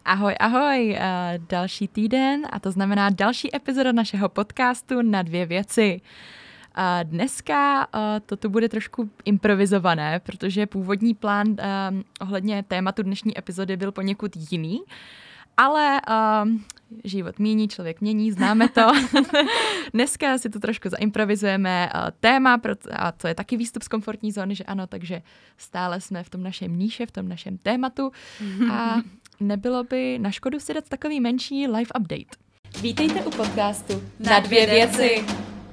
Ahoj, ahoj, další týden a to znamená další epizoda našeho podcastu Na dvě věci. Dneska to tu bude trošku improvizované, protože původní plán ohledně tématu dnešní epizody byl poněkud jiný, ale život mění, člověk mění, známe to. Dneska si to trošku zaimprovizujeme téma, a to je taky výstup z komfortní zóny, že ano, takže stále jsme v tom našem níše, v tom našem tématu a nebylo by na škodu si dát takový menší live update. Vítejte u podcastu Na dvě věci.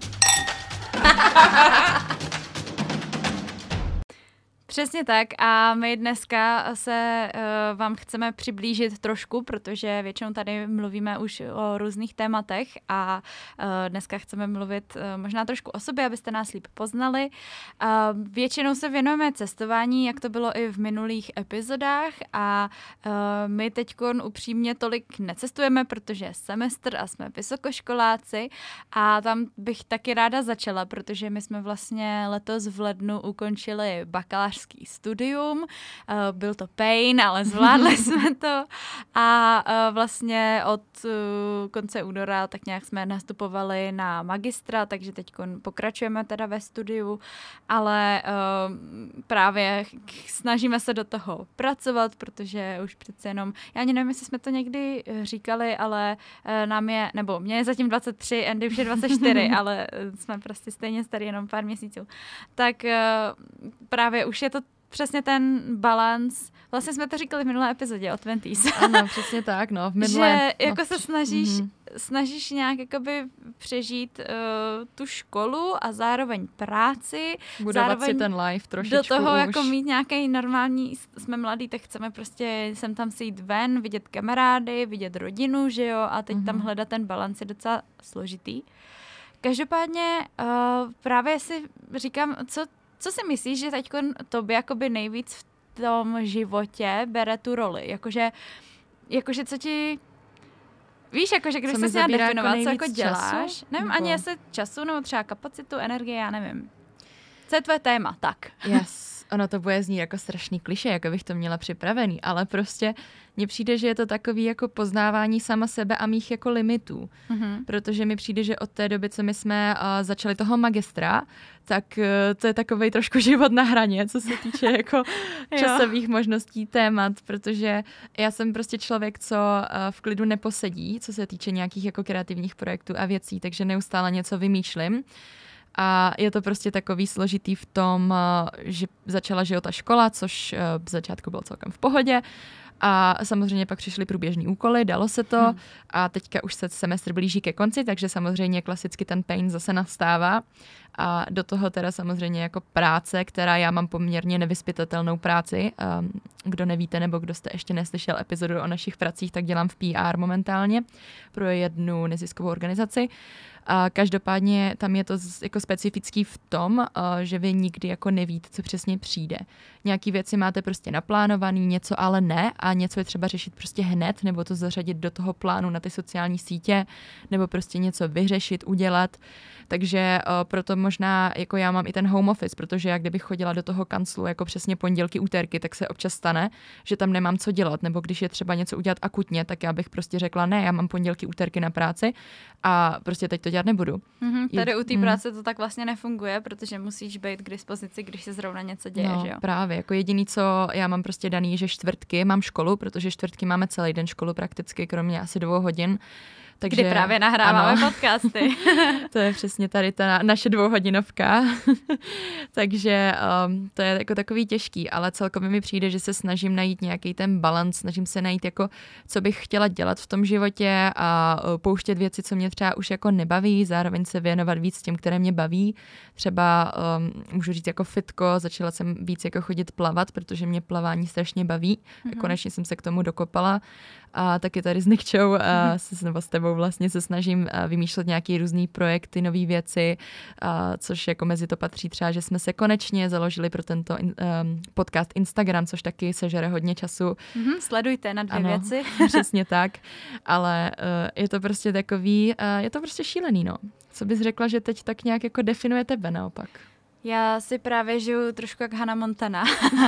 Přesně tak a my dneska se vám chceme přiblížit trošku, protože většinou tady mluvíme už o různých tématech a dneska chceme mluvit možná trošku o sobě, abyste nás líp poznali. Většinou se věnujeme cestování, jak to bylo i v minulých epizodách a my teďkon upřímně tolik necestujeme, protože je semestr a jsme vysokoškoláci a tam bych taky ráda začala, protože my jsme vlastně letos v lednu ukončili bakalářský studium. Byl to pain, ale zvládli jsme to a vlastně od konce února tak nějak jsme nastupovali na magistra, takže teď pokračujeme teda ve studiu, ale právě snažíme se do toho pracovat, protože už přece jenom, já ani nevím, jestli jsme to někdy říkali, ale mně je zatím 23, Andy už je 24, ale jsme prostě stejně starý jenom pár měsíců. Tak právě už je to přesně ten balans. Vlastně jsme to říkali v minulé epizodě o Twenties. Ano, přesně tak, no. V minulé, že jako se snažíš nějak jakoby přežít tu školu a zároveň práci. Budovat si ten life trošičku do toho už. jako mít nějaký normální, jsme mladí, tak chceme prostě sem tam si jít ven, vidět kamarády, vidět rodinu, že jo, a teď tam hledat ten balans je docela složitý. Každopádně právě si říkám, co si myslíš, že teď tobě jakoby nejvíc v tom životě bere tu roli? Jakože co ti... Víš, jakože když se měla definovat, co jako děláš? Času? Nevím ani jestli času, nebo třeba kapacitu, energie, já nevím. Co je tvoje téma? Tak. Yes. Ono to bude znít jako strašný klišé, jako bych to měla připravený, ale prostě mně přijde, že je to takový jako poznávání sama sebe a mých jako limitů. Protože mi přijde, že od té doby, co my jsme začali toho magistra, tak to je takovej trošku život na hraně, co se týče jako časových možností témat, protože já jsem prostě člověk, co v klidu neposedí, co se týče nějakých jako kreativních projektů a věcí, takže neustále něco vymýšlím. A je to prostě takový složitý v tom, že začala ta škola, což v začátku bylo celkem v pohodě. A samozřejmě pak přišly průběžný úkoly, dalo se to a teďka už se semestr blíží ke konci, takže samozřejmě klasicky ten pain zase nastává. A do toho teda samozřejmě jako práce, která já mám poměrně nevyzpytatelnou práci. Kdo nevíte nebo kdo jste ještě neslyšel epizodu o našich pracích, tak dělám v PR momentálně pro jednu neziskovou organizaci. A každopádně tam je to jako specifický v tom, že vy nikdy jako nevíte, co přesně přijde. Nějaký věci máte prostě naplánovaný, něco ale ne a něco je třeba řešit prostě hned nebo to zařadit do toho plánu na ty sociální sítě nebo prostě něco vyřešit, udělat. Takže proto možná jako já mám i ten home office, protože já kdybych chodila do toho kanclu jako přesně pondělky, úterky, tak se občas stane, že tam nemám co dělat, nebo když je třeba něco udělat akutně, tak já bych prostě řekla ne, já mám pondělky, úterky na práci a prostě teď to dělat nebudu. Tady u té práce to tak vlastně nefunguje, protože musíš být k dispozici, když se zrovna něco děje, že jo? Právě, jako jediný, co já mám prostě daný, že čtvrtky mám školu, protože čtvrtky máme celý den školu prakticky, kromě asi 2 hodin. Takže, kdy právě nahráváme podcasty. To je přesně tady ta naše 2hodinovka. Takže to je jako takový těžký, ale celkově mi přijde, že se snažím najít nějaký ten balans, snažím se najít jako, co bych chtěla dělat v tom životě a pouštět věci, co mě třeba už jako nebaví, zároveň se věnovat víc těm, které mě baví. Třeba můžu říct jako fitko, začala jsem víc jako chodit plavat, protože mě plavání strašně baví. Konečně jsem se k tomu dokopala. A taky tady s Nikčou nebo s tebou vlastně se snažím vymýšlet nějaké různý projekty, nové věci, což jako mezi to patří třeba, že jsme se konečně založili pro tento podcast Instagram, což taky sežere hodně času. Sledujte Na dvě věci. Přesně tak, ale je to prostě takový, je to prostě šílený, no. Co bys řekla, že teď tak nějak jako definuje tebe naopak? Já si právě žiju trošku jak Hannah Montana.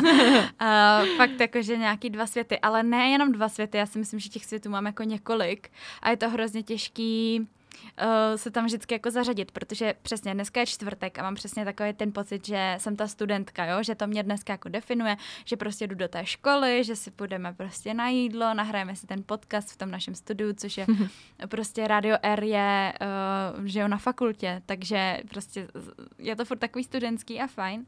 Fakt jakože nějaký 2 světy, ale ne jenom 2 světy, já si myslím, že těch světů mám jako několik a je to hrozně těžký se tam vždycky jako zařadit, protože přesně dneska je čtvrtek a mám přesně takový ten pocit, že jsem ta studentka, jo? Že to mě dneska jako definuje, že prostě jdu do té školy, že si půjdeme prostě na jídlo, nahrajeme si ten podcast v tom našem studiu, což je prostě Radio R je, že jo, na fakultě, takže prostě je to furt takový studentský a fajn.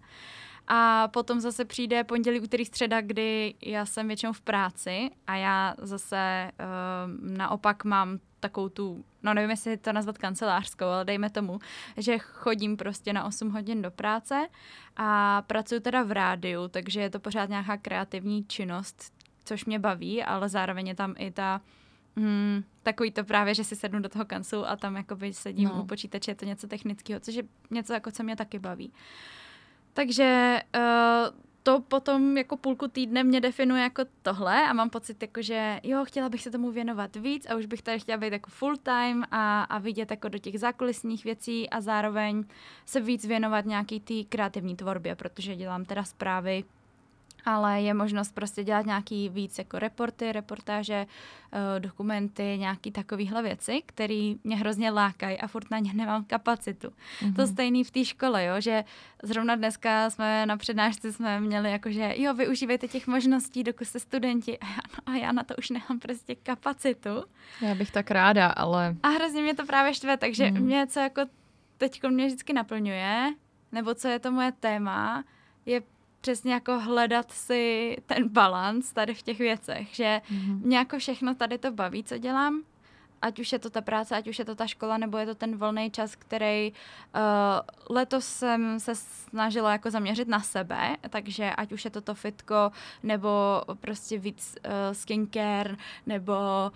A potom zase přijde pondělí, úterý, středa, kdy já jsem většinou v práci a já zase naopak mám takovou tu, no nevím, jestli to nazvat kancelářskou, ale dejme tomu, že chodím prostě na 8 hodin do práce a pracuji teda v rádiu, takže je to pořád nějaká kreativní činnost, což mě baví, ale zároveň je tam i ta takový to právě, že si sednu do toho kanclu a tam jakoby sedím u počítače, je to něco technického, což je něco, jako co mě taky baví. Takže to potom jako půlku týdne mě definuje jako tohle a mám pocit, jako, že jo, chtěla bych se tomu věnovat víc a už bych tady chtěla být jako full time a vidět jako do těch zákulisních věcí a zároveň se víc věnovat nějaký té kreativní tvorbě, protože dělám teda zprávy, ale je možnost prostě dělat nějaký víc jako reportáže, dokumenty, nějaký takovýhle věci, které mě hrozně lákají a furt na ně nemám kapacitu. Mm-hmm. To stejný v té škole, jo, že zrovna dneska jsme na přednášce jsme měli jakože jo, využívejte těch možností, dokud jste studenti a já na to už nemám prostě kapacitu. Já bych tak ráda, ale... A hrozně mě to právě štve, takže mě co jako teďko mě vždycky naplňuje, nebo co je to moje téma, je přesně jako hledat si ten balans tady v těch věcech, že mě jako všechno tady to baví, co dělám, ať už je to ta práce, ať už je to ta škola, nebo je to ten volný čas, který letos jsem se snažila jako zaměřit na sebe, takže ať už je to fitko, nebo prostě víc skincare, nebo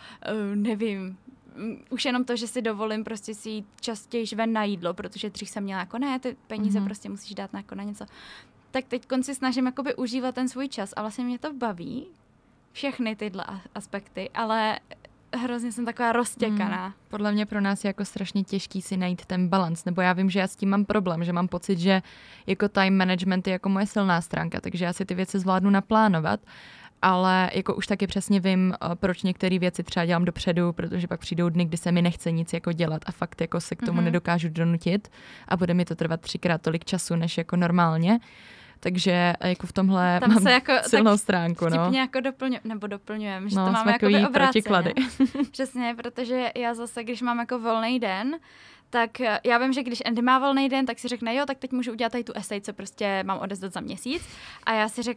nevím, už jenom to, že si dovolím prostě si jít častěji ven na jídlo, protože dřív jsem měla jako ne, ty peníze prostě musíš dát na, jako na něco. Tak teď si snažím jakoby užívat ten svůj čas a vlastně mě to baví, všechny tyhle aspekty, ale hrozně jsem taková roztěkaná. Podle mě pro nás je jako strašně těžký si najít ten balans, nebo já vím, že já s tím mám problém, že mám pocit, že jako time management je jako moje silná stránka, takže já si ty věci zvládnu naplánovat, ale jako už taky přesně vím, proč některé věci třeba dělám dopředu, protože pak přijdou dny, kdy se mi nechce nic jako dělat a fakt jako se k tomu nedokážu donutit a bude mi to trvat 3x tolik času, než jako normálně. Takže jako v tomhle tam mám jako, silnou stránku. No. Jako doplňujeme, že to máme jako protiklady. Přesně, protože já zase, když mám jako volný den, tak já vím, že když Andy má volný den, tak si řekne, jo, tak teď můžu udělat tady tu esej, co prostě mám odezdat za měsíc. A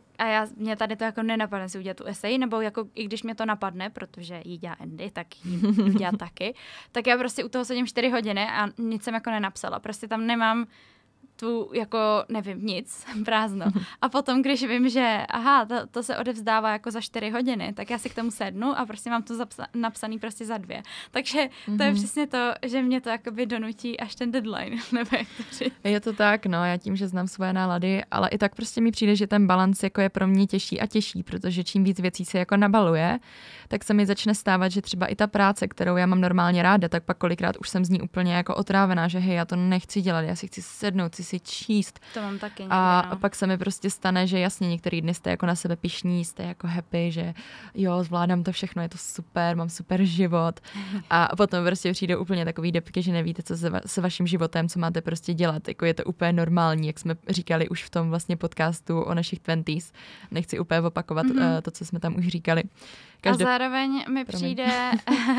mě tady to jako nenapadne si udělat tu esej, nebo jako i když mě to napadne, protože ji dělá Andy, tak ji dělá taky, tak já prostě u toho sedím 4 hodiny a nic jsem jako nenapsala. Prostě tam nemám tu jako, nevím, nic, prázdno. A potom, když vím, že to se odevzdává jako za 4 hodiny, tak já si k tomu sednu a prostě mám to napsaný prostě za 2. Takže to je přesně to, že mě to jakoby donutí až ten deadline, nebo jak to říct. Je to tak, no, já tím, že znám svoje nálady, ale i tak prostě mi přijde, že ten balans jako je pro mě těžší a těžší, protože čím víc věcí se jako nabaluje, tak se mi začne stávat, že třeba i ta práce, kterou já mám normálně ráda, tak pak kolikrát už jsem z ní úplně jako otrávená, že hej, já to nechci dělat, já si chci sednout, si číst. To mám taky někdy, a pak se mi prostě stane, že jasně některý dny jste jako na sebe pyšní, jste jako happy, že jo, zvládám to všechno, je to super, mám super život. A potom prostě přijde úplně takový depky, že nevíte, co se vaším životem, co máte prostě dělat. Jako je to úplně normální, jak jsme říkali už v tom vlastně podcastu o našich 20s. Nechci úplně opakovat to, co jsme tam už říkali. A zároveň mi přijde,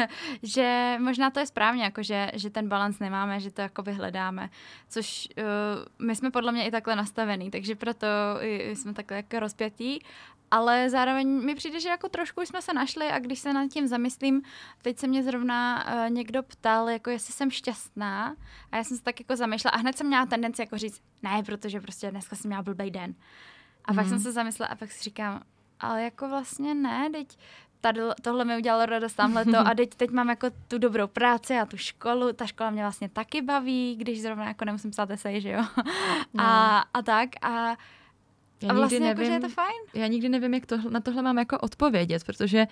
že možná to je správně, jako že ten balans nemáme, že to jakoby hledáme, což my jsme podle mě i takhle nastavený, takže proto jsme takhle jako rozpětí, ale zároveň mi přijde, že jako trošku už jsme se našli a když se nad tím zamyslím, teď se mě zrovna někdo ptal, jako jestli jsem šťastná a já jsem se tak jako zamýšlela a hned jsem měla tendenci jako říct, ne, protože prostě dneska jsem měla blbej den. A pak jsem se zamyslela a pak si říkám, ale jako vlastně ne, teď tohle mi udělalo radost, tamhleto a teď mám jako tu dobrou práci a tu školu, ta škola mě vlastně taky baví, když zrovna jako nemusím psát esej, že jo. No. A tak a vlastně nevím, jako, že je to fajn. Já nikdy nevím, jak na tohle mám jako odpovědět, protože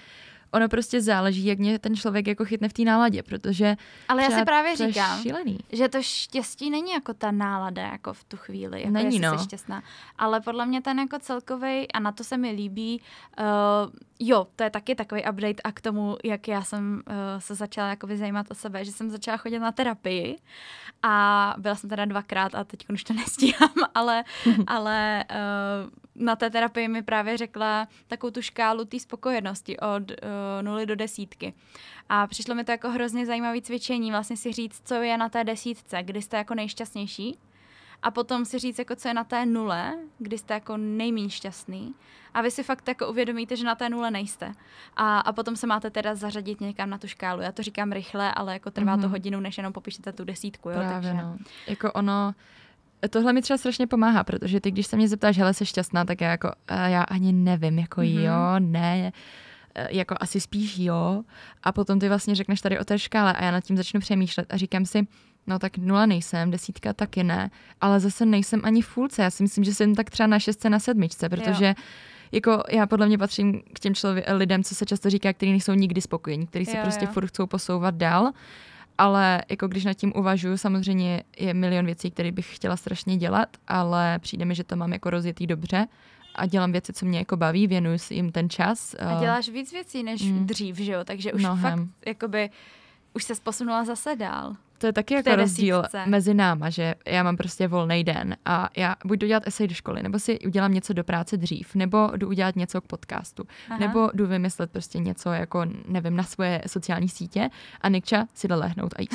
ono prostě záleží, jak mě ten člověk jako chytne v té náladě, protože ale já si právě říkám, šílený. že to štěstí není jako ta nálada jako v tu chvíli, jako není, jestli jsi šťastná, ale podle mě ten jako celkovej, a na to se mi líbí, jo, to je taky takový update a k tomu, jak já jsem se začala jakoby zajímat o sebe, že jsem začala chodit na terapii a byla jsem teda 2krát a teď už to nestíhám, ale na té terapii mi právě řekla takovou tu škálu té spokojenosti od 0 do 10. A přišlo mi to jako hrozně zajímavé cvičení, vlastně si říct, co je na té 10, kdy jste jako nejšťastnější. A potom si říct, jako, co je na té 0, kdy jste jako nejméně šťastný. A vy si fakt jako uvědomíte, že na té 0 nejste. A potom se máte teda zařadit někam na tu škálu. Já to říkám rychle, ale jako trvá to hodinu, než jenom popíšete tu 10. Jo? Právě, takže... no. Jako ono... Tohle mi třeba strašně pomáhá, protože ty, když se mě zeptáš, hele, jsi šťastná, tak já ani nevím, jako jo, ne, jako asi spíš jo. A potom ty vlastně řekneš tady o té škále a já nad tím začnu přemýšlet a říkám si, no tak 0 nejsem, 10 taky ne, ale zase nejsem ani v půlce. Já si myslím, že jsem tak třeba na 6, na 7, protože jako já podle mě patřím k těm lidem, co se často říká, kteří nejsou nikdy spokojení, kteří se prostě furt chcou posouvat dál. Ale jako když nad tím uvažuji, samozřejmě je milion věcí, které bych chtěla strašně dělat, ale přijde mi, že to mám jako rozjetý dobře a dělám věci, co mě jako baví, věnuju si jim ten čas. A děláš víc věcí než dřív, že jo? Takže už fakt jakoby už se posunula zase dál. To je taky jako rozdíl mezi náma, že já mám prostě volný den a já buď jdu dělat esej do školy, nebo si udělám něco do práce dřív, nebo jdu udělat něco k podcastu, nebo jdu vymyslet prostě něco jako, nevím, na svoje sociální sítě a Nikča si jde lehnout a jíst.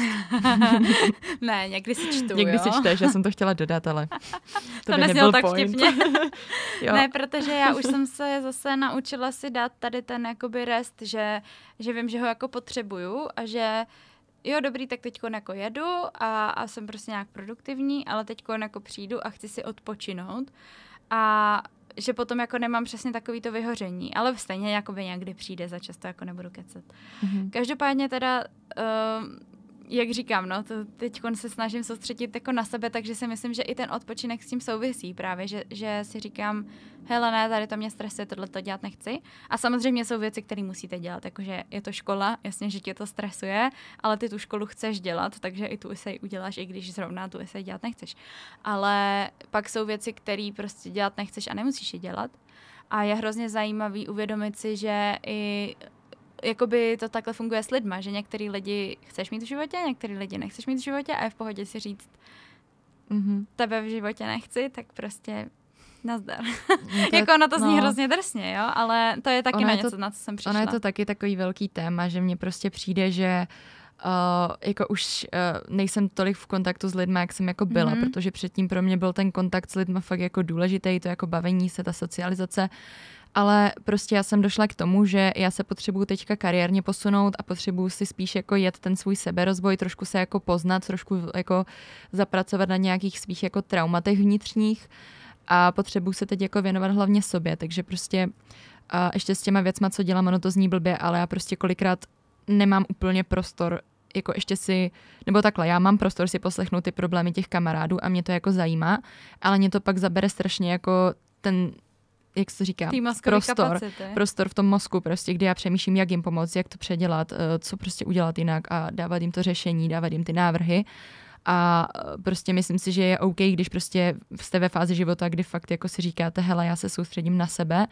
Ne, někdy si čtu, někdy si čteš, já jsem to chtěla dodat, ale to neznělo tak vtipně. Ne, protože já už jsem se zase naučila si dát tady ten jakoby rest, že vím, že ho jako potřebuju a že jo, dobrý, tak teďko jako jedu a jsem prostě nějak produktivní, ale teďko jako přijdu a chci si odpočinout a že potom jako nemám přesně takovýto vyhoření, ale stejně jakoby někdy přijde, za často jako nebudu kecat. Každopádně teda, jak říkám, no, to teďko se snažím soustředit jako na sebe, takže si myslím, že i ten odpočinek s tím souvisí právě, že si říkám, hele ne, tady to mě stresuje, tohle to dělat nechci. A samozřejmě jsou věci, které musíte dělat, jakože je to škola, jasně, že tě to stresuje, ale ty tu školu chceš dělat, takže i tu esej uděláš, i když zrovna tu esej dělat nechceš. Ale pak jsou věci, které prostě dělat nechceš a nemusíš je dělat. A je hrozně zajímavý uvědomit si, že i jakoby to takhle funguje s lidma, že některý lidi chceš mít v životě, některý lidi nechceš mít v životě a je v pohodě si říct, tebe v životě nechci, tak prostě nazdar. Jako ono to zní hrozně drsně, jo, ale to je taky na co jsem přišla. Ono je to taky takový velký téma, že mně prostě přijde, že jako už nejsem tolik v kontaktu s lidmi, jak jsem jako byla, protože předtím pro mě byl ten kontakt s lidmi fakt jako důležitý, to jako bavení se, ta socializace. Ale prostě já jsem došla k tomu, že já se potřebuju teďka kariérně posunout a potřebuju si spíš jako jet ten svůj seberozvoj, trošku se jako poznat, trošku jako zapracovat na nějakých svých jako traumatech vnitřních a potřebuju se teď jako věnovat hlavně sobě, takže prostě ještě s těma věcma, co dělám, ono to zní blbě, ale já prostě kolikrát nemám úplně prostor jako ještě si, nebo takhle, já mám prostor si poslechnout ty problémy těch kamarádů a mě to jako zajímá, ale mě to pak zabere strašně jako ten, jak se to říká, prostor v tom mozku, prostě, kdy já přemýšlím, jak jim pomoct, jak to předělat, co prostě udělat jinak a dávat jim to řešení, dávat jim ty návrhy. A prostě myslím si, že je OK, když prostě jste ve fázi života, kdy fakt jako si říkáte, hele, já se soustředím na sebe.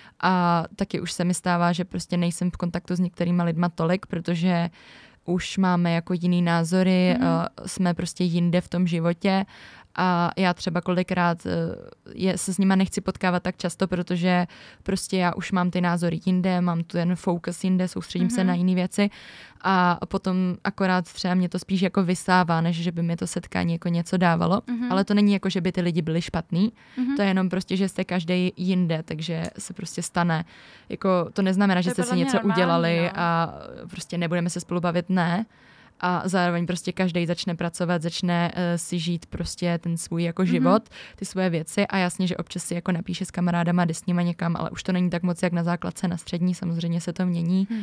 A taky už se mi stává, že prostě nejsem v kontaktu s některýma lidma tolik, protože už máme jako jiný názory, jsme prostě jinde v tom životě a já třeba kolikrát se s nima nechci potkávat tak často, protože prostě já už mám ty názory jinde, mám tu ten focus jinde, soustředím se na jiné věci a potom akorát třeba mě to spíš jako vysává, než že by mi to setkání jako něco dávalo, ale to není jako, že by ty lidi byli špatný, to je jenom prostě, že jste každý jinde, takže se prostě stane, jako to neznamená, že jste si něco udělali a prostě nebudeme se spolu bavit, ne. A zároveň prostě každý začne pracovat, začne si žít prostě ten svůj jako život, ty svoje věci a jasně, že občas si jako napíše s kamarádama, jde s nima někam, ale už to není tak moc jak na základce, na střední, samozřejmě se to mění.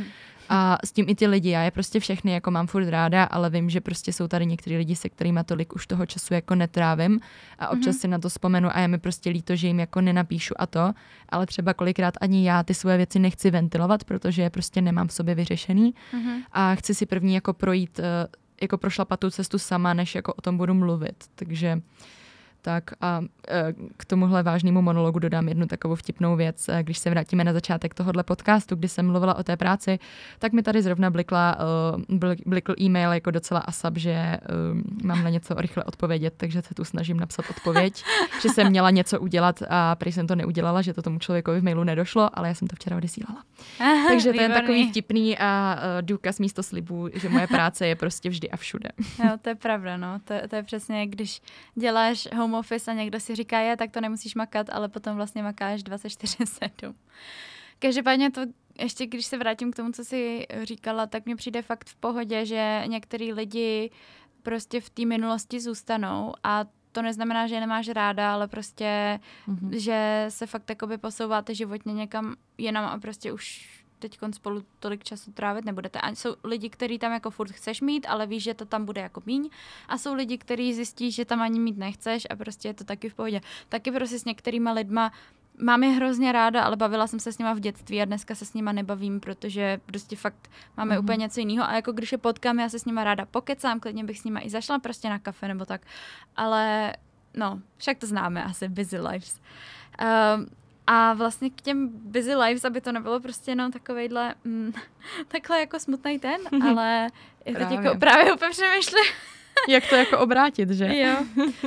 A s tím i ty lidi, já je prostě všechny jako mám furt ráda, ale vím, že prostě jsou tady některý lidi, se kterými tolik už toho času jako netrávím a občas si na to vzpomenu a je mi prostě líto, že jim jako nenapíšu a to, ale třeba kolikrát ani já ty svoje věci nechci ventilovat, protože je prostě nemám v sobě vyřešený a chci si první jako projít, jako prošlapat tu cestu sama, než jako o tom budu mluvit, takže tak a k tomuhle vážnému monologu dodám jednu takovou vtipnou věc. Když se vrátíme na začátek tohohle podcastu, kdy jsem mluvila o té práci, tak mi tady zrovna blikl e-mail jako docela ASAP, že mám na něco rychle odpovědět, takže se tu snažím napsat odpověď, že jsem měla něco udělat a prý jsem to neudělala, že to tomu člověkovi v mailu nedošlo, ale já jsem to včera odesílala. Takže to je takový vtipný a důkaz místo slibů, že moje práce je prostě vždy a všude. Jo, to je pravda, no. To je přesně, když děláš home office a někdo si říká, tak to nemusíš makat, ale potom vlastně makáš 24/7. Každopádně to, ještě když se vrátím k tomu, co jsi říkala, tak mně přijde fakt v pohodě, že některý lidi prostě v té minulosti zůstanou a to neznamená, že je nemáš ráda, ale prostě, že se fakt jakoby posouváte životně někam jinam a prostě už teď spolu tolik času trávit nebudete. A jsou lidi, který tam jako furt chceš mít, ale víš, že to tam bude jako míň. A jsou lidi, kteří zjistí, že tam ani mít nechceš a prostě je to taky v pohodě. Taky prostě s některýma lidma mám je hrozně ráda, ale bavila jsem se s nima v dětství a dneska se s nima nebavím, protože prostě fakt máme úplně něco jiného. A jako když je potkám, já se s nima ráda pokecám, klidně bych s nima i zašla prostě na kafe nebo tak. Ale no, však to známe asi, busy lives. A vlastně k těm busy lives, aby to nebylo prostě jenom takovejhle, takhle jako smutný ten, ale já teď jako právě úplně přemýšlím. Jak to jako obrátit, že? Jo.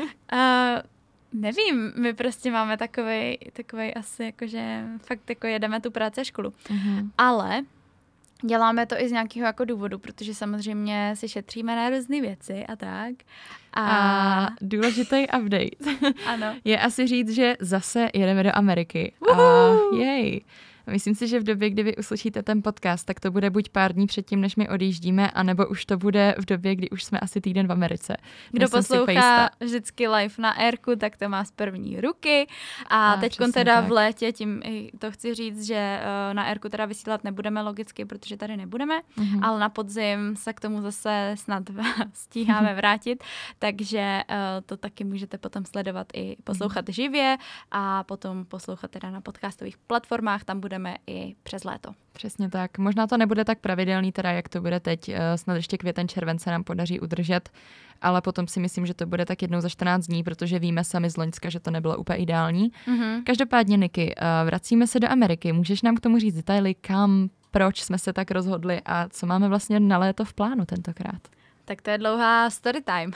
Nevím, my prostě máme takovej asi jakože fakt jako jedeme tu práci a školu. Ale děláme to i z nějakého jako důvodu, protože samozřejmě si šetříme na různé věci a tak. A důležitý update ano. je asi říct, že zase jedeme do Ameriky. Jej. Myslím si, že v době, kdy vy uslyšíte ten podcast, tak to bude buď pár dní předtím, než my odjíždíme, anebo už to bude v době, kdy už jsme asi týden v Americe. Kdo poslouchá vždycky live na Airku, tak to má z první ruky. A teďkon teda tak. V létě, tím to chci říct, že na Airku teda vysílat nebudeme logicky, protože tady nebudeme, ale na podzim se k tomu zase snad stíháme vrátit, takže to taky můžete potom sledovat i poslouchat živě a potom poslouchat teda na podcastových platformách, tam budeme i přes léto. Přesně tak. Možná to nebude tak pravidelný, teda jak to bude teď. Snad ještě květen, červen se nám podaří udržet, ale potom si myslím, že to bude tak jednou za 14 dní, protože víme sami z loňska, že to nebylo úplně ideální. Každopádně, Niky, vracíme se do Ameriky. Můžeš nám k tomu říct detaily, kam, proč jsme se tak rozhodli a co máme vlastně na léto v plánu tentokrát? Tak to je dlouhá story time.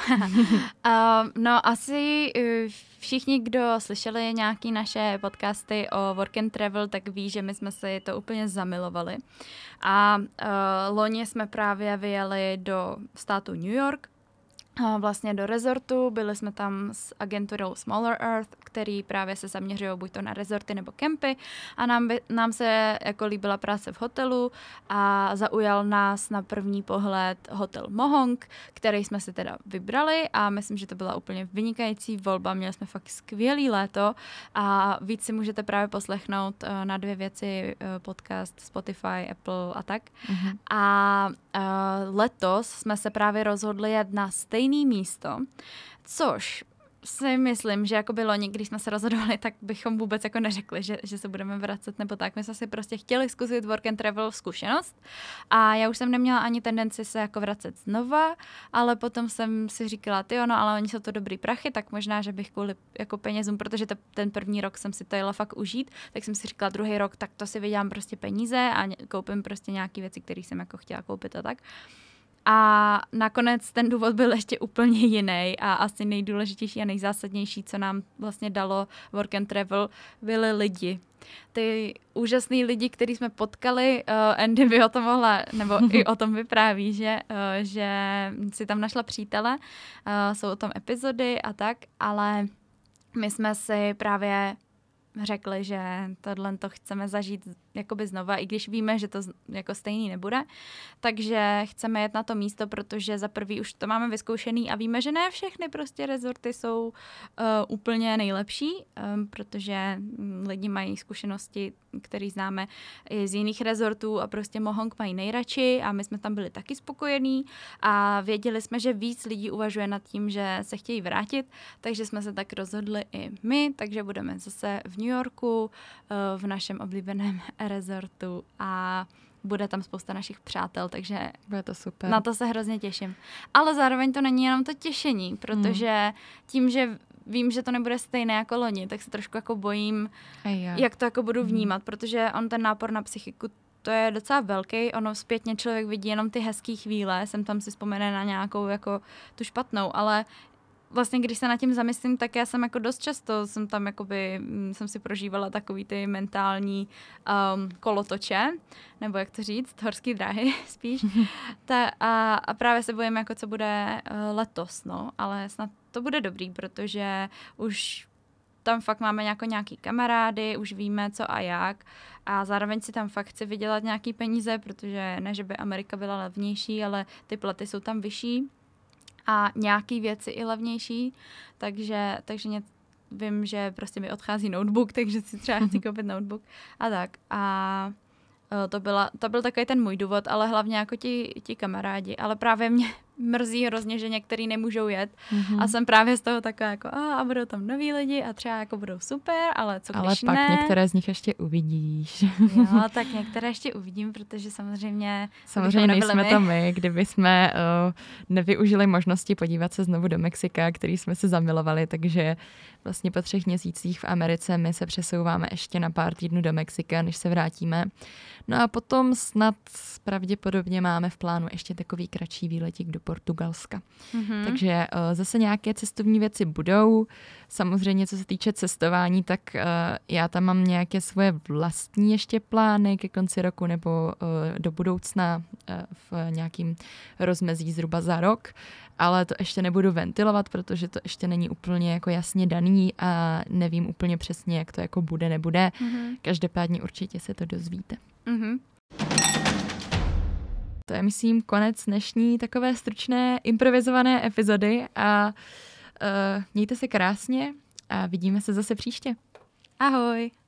No asi všichni, kdo slyšeli nějaké naše podcasty o work and travel, tak ví, že my jsme si to úplně zamilovali. A loni jsme právě vyjeli do státu New York, vlastně do rezortu, byli jsme tam s agenturou Smaller Earth, který právě se zaměřují buď to na rezorty nebo kempy a nám se jako líbila práce v hotelu a zaujal nás na první pohled hotel Mohonk, který jsme si teda vybrali a myslím, že to byla úplně vynikající volba, měli jsme fakt skvělý léto a víc si můžete právě poslechnout na 2 věci podcast Spotify, Apple a tak. A letos jsme se právě rozhodli jet na stejné místo, což si myslím, že jako bylo když jsme se rozhodovali, tak bychom vůbec jako neřekli, že se budeme vracet nebo tak. My jsme si prostě chtěli zkusit work and travel zkušenost a já už jsem neměla ani tendenci se jako vracet znova, ale potom jsem si říkala, ale oni jsou to dobrý prachy, tak možná, že bych kvůli jako penězům, protože ten první rok jsem si to jela fakt užít, tak jsem si říkala druhý rok, tak to si vydělám prostě peníze a koupím prostě nějaký věci, které jsem jako chtěla koupit a tak. A nakonec ten důvod byl ještě úplně jiný a asi nejdůležitější a nejzásadnější, co nám vlastně dalo work and travel, byli lidi. Ty úžasný lidi, který jsme potkali, Andy by o tom mohla, nebo i o tom vypráví, že si tam našla přítele, jsou o tom epizody a tak, ale my jsme si právě řekli, že tohle to chceme zažít jakoby znova, i když víme, že to jako stejný nebude. Takže chceme jet na to místo, protože za prvý už to máme vyzkoušený a víme, že ne všechny prostě rezorty jsou úplně nejlepší, protože lidi mají zkušenosti, které známe i z jiných rezortů a prostě Mohong mají nejradši a my jsme tam byli taky spokojení a věděli jsme, že víc lidí uvažuje nad tím, že se chtějí vrátit, takže jsme se tak rozhodli i my, takže budeme zase v New Yorku, v našem oblíbeném rezortu a bude tam spousta našich přátel, takže bude to super. Na to se hrozně těším. Ale zároveň to není jenom to těšení, protože tím, že vím, že to nebude stejné jako loni, tak se trošku jako bojím, jak to jako budu vnímat, protože on ten nápor na psychiku, to je docela velký, ono zpětně člověk vidí jenom ty hezký chvíle, sem tam si vzpomene na nějakou jako tu špatnou, ale vlastně, když se nad tím zamyslím, tak já jsem jako dost často jsem tam jakoby, jsem si prožívala takový ty mentální kolotoče, nebo jak to říct, horský dráhy spíš. A právě se bojím, jako co bude letos, no, ale snad to bude dobrý, protože už tam fakt máme nějaký kamarády, už víme co a jak a zároveň si tam fakt chci vydělat nějaký peníze, protože ne, že by Amerika byla levnější, ale ty platy jsou tam vyšší a nějaký věci i levnější, takže vím, že prostě mi odchází notebook, takže si třeba chci koupit notebook a tak. A to byl takový ten můj důvod, ale hlavně jako ti kamarádi. Ale právě mě mrzí hrozně, že některý nemůžou jet. A jsem právě z toho taková jako a budou tam noví lidi a třeba jako budou super, ale co když ne? Ale pak některé z nich ještě uvidíš. Jo, tak některé ještě uvidím, protože samozřejmě nejsme to my, kdyby jsme nevyužili možnosti podívat se znovu do Mexika, který jsme se zamilovali, takže vlastně po 3 měsících v Americe my se přesouváme ještě na pár týdnů do Mexika, než se vrátíme. No a potom snad pravděpodobně máme v plánu ještě takový kratší výletík do Portugalska. Takže zase nějaké cestovní věci budou. Samozřejmě, co se týče cestování, tak já tam mám nějaké svoje vlastní ještě plány ke konci roku nebo do budoucna v nějakým rozmezí zhruba za rok. Ale to ještě nebudu ventilovat, protože to ještě není úplně jako jasně daný a nevím úplně přesně, jak to jako bude, nebude. Každopádně určitě se to dozvíte. To je, myslím, konec dnešní takové stručné improvizované epizody a mějte se krásně a vidíme se zase příště. Ahoj!